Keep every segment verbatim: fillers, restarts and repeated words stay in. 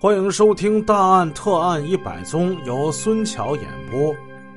欢迎收听大案特案一百宗，由孙桥演播。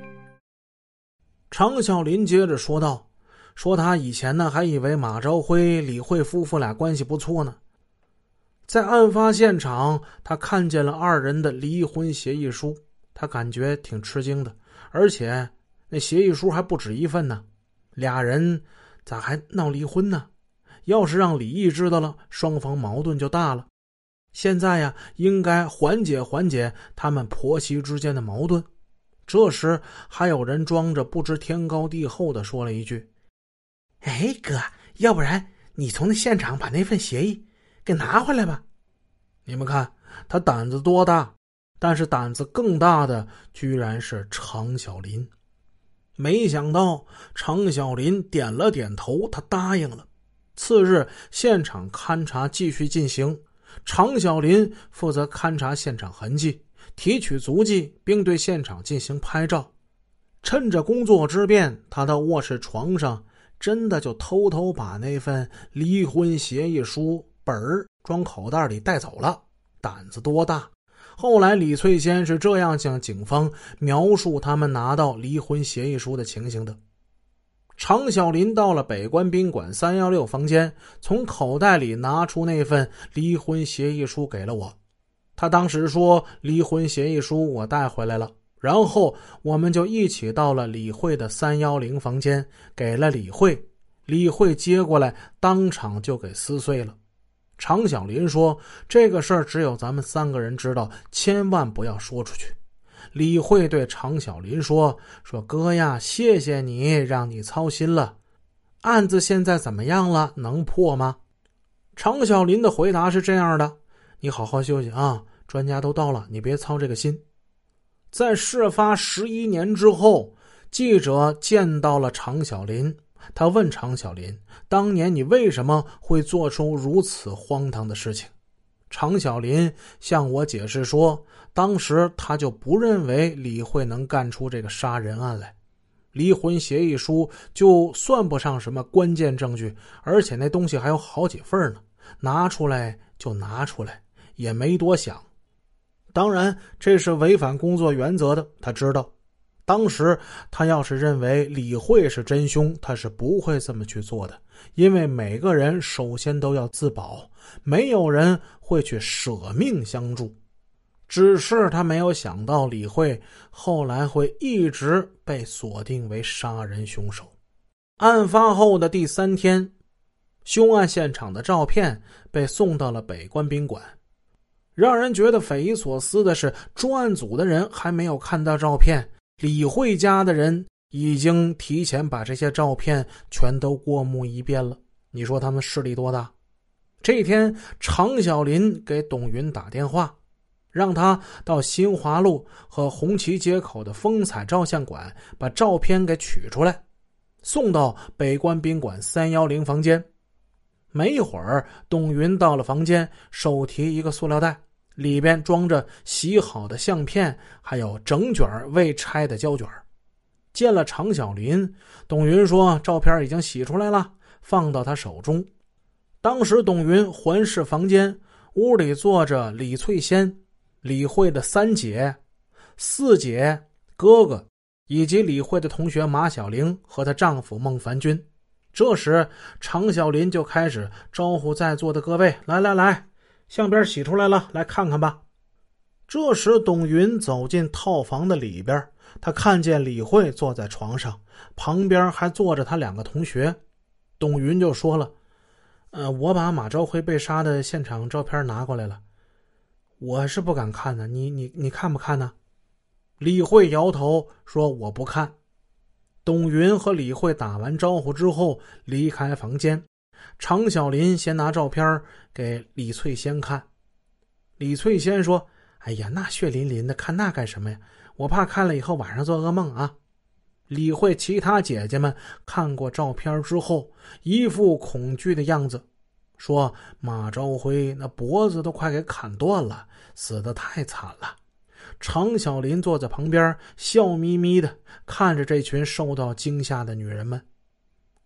常小林接着说道，说他以前呢还以为马朝辉、李慧夫妇俩关系不错呢。在案发现场，他看见了二人的离婚协议书，他感觉挺吃惊的，而且那协议书还不止一份呢，俩人咋还闹离婚呢？要是让李毅知道了，双方矛盾就大了。现在呀，应该缓解缓解他们婆媳之间的矛盾。这时还有人装着不知天高地厚的说了一句，哎哥，要不然你从那现场把那份协议给拿回来吧。你们看他胆子多大，但是胆子更大的居然是常小林。没想到常小林点了点头，他答应了。次日现场勘查继续进行，常小林负责勘察现场痕迹，提取足迹，并对现场进行拍照。趁着工作之便，他到卧室床上真的就偷偷把那份离婚协议书本儿装口袋里带走了，胆子多大。后来李翠仙是这样向警方描述他们拿到离婚协议书的情形的。常小林到了北关宾馆三一六房间，从口袋里拿出那份离婚协议书给了我。他当时说离婚协议书我带回来了，然后我们就一起到了李慧的三一零房间，给了李慧。李慧接过来当场就给撕碎了。常小林说，这个事儿只有咱们三个人知道，千万不要说出去。李慧对常小林说，说哥呀，谢谢你，让你操心了。案子现在怎么样了？能破吗？常小林的回答是这样的，你好好休息啊，专家都到了，你别操这个心。在事发十一年之后，记者见到了常小林，他问常小林，当年你为什么会做出如此荒唐的事情？常小林向我解释说，当时他就不认为李慧能干出这个杀人案来。离婚协议书就算不上什么关键证据，而且那东西还有好几份呢，拿出来就拿出来，也没多想。当然这是违反工作原则的，他知道。当时他要是认为李慧是真凶，他是不会这么去做的，因为每个人首先都要自保，没有人会去舍命相助。只是他没有想到李慧后来会一直被锁定为杀人凶手。案发后的第三天，凶案现场的照片被送到了北关宾馆。让人觉得匪夷所思的是，专案组的人还没有看到照片，李慧家的人已经提前把这些照片全都过目一遍了。你说他们势力多大？这天常小林给董云打电话，让他到新华路和红旗街口的风采照相馆把照片给取出来，送到北关宾馆三一零房间。没一会儿，董云到了房间，手提一个塑料袋，里边装着洗好的相片，还有整卷未拆的胶卷。见了常小林，董云说照片已经洗出来了，放到他手中。当时董云环视房间，屋里坐着李翠仙、李慧的三姐、四姐、哥哥，以及李慧的同学马小玲和她丈夫孟凡军。这时常小林就开始招呼在座的各位，来来来，相片洗出来了，来看看吧。这时董云走进套房的里边，他看见李慧坐在床上，旁边还坐着他两个同学。董云就说了，呃，我把马朝辉被杀的现场照片拿过来了，我是不敢看的，你你你看不看呢？李慧摇头说，我不看。董云和李慧打完招呼之后离开房间，常小林先拿照片给李翠仙看。李翠仙说，哎呀，那血淋淋的，看那干什么呀？我怕看了以后晚上做噩梦啊。李慧其他姐姐们看过照片之后，一副恐惧的样子，说马朝辉那脖子都快给砍断了，死得太惨了。常小林坐在旁边笑眯眯的看着这群受到惊吓的女人们。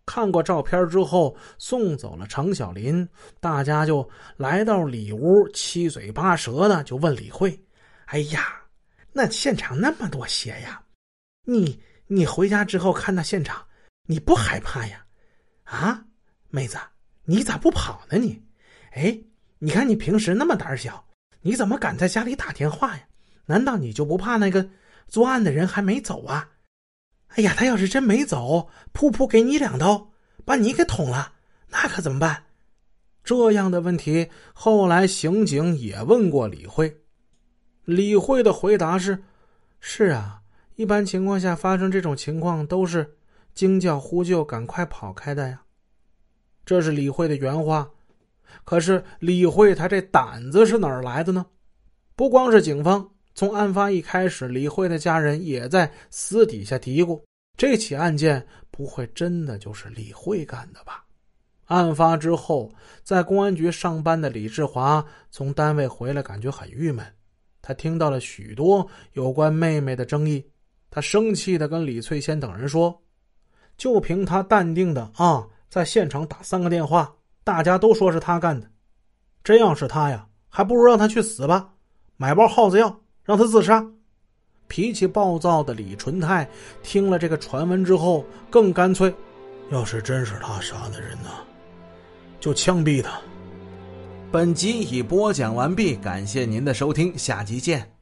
看过照片之后送走了程小林，大家就来到里屋，七嘴八舌的就问李慧：哎呀，那现场那么多血呀，你你回家之后看到现场你不害怕呀？啊，妹子，你咋不跑呢你？哎，你看你平时那么胆小，你怎么敢在家里打电话呀？难道你就不怕那个作案的人还没走啊？哎呀，他要是真没走，噗噗给你两刀，把你给捅了，那可怎么办？这样的问题后来刑警也问过李慧。李慧的回答是：是啊，一般情况下发生这种情况都是惊叫呼救赶快跑开的呀。这是李慧的原话。可是李慧她这胆子是哪儿来的呢？不光是警方，从案发一开始，李慧的家人也在私底下嘀咕，这起案件不会真的就是李慧干的吧？案发之后，在公安局上班的李志华从单位回来，感觉很郁闷。他听到了许多有关妹妹的争议，他生气地跟李翠仙等人说，就凭他淡定的啊，在现场打三个电话，大家都说是他干的。真要是他呀，还不如让他去死吧，买包耗子药让他自杀。脾气暴躁的李纯泰听了这个传闻之后更干脆，要是真是他杀的人呢，就枪毙他。 本集已播讲完毕，感谢您的收听，下集见。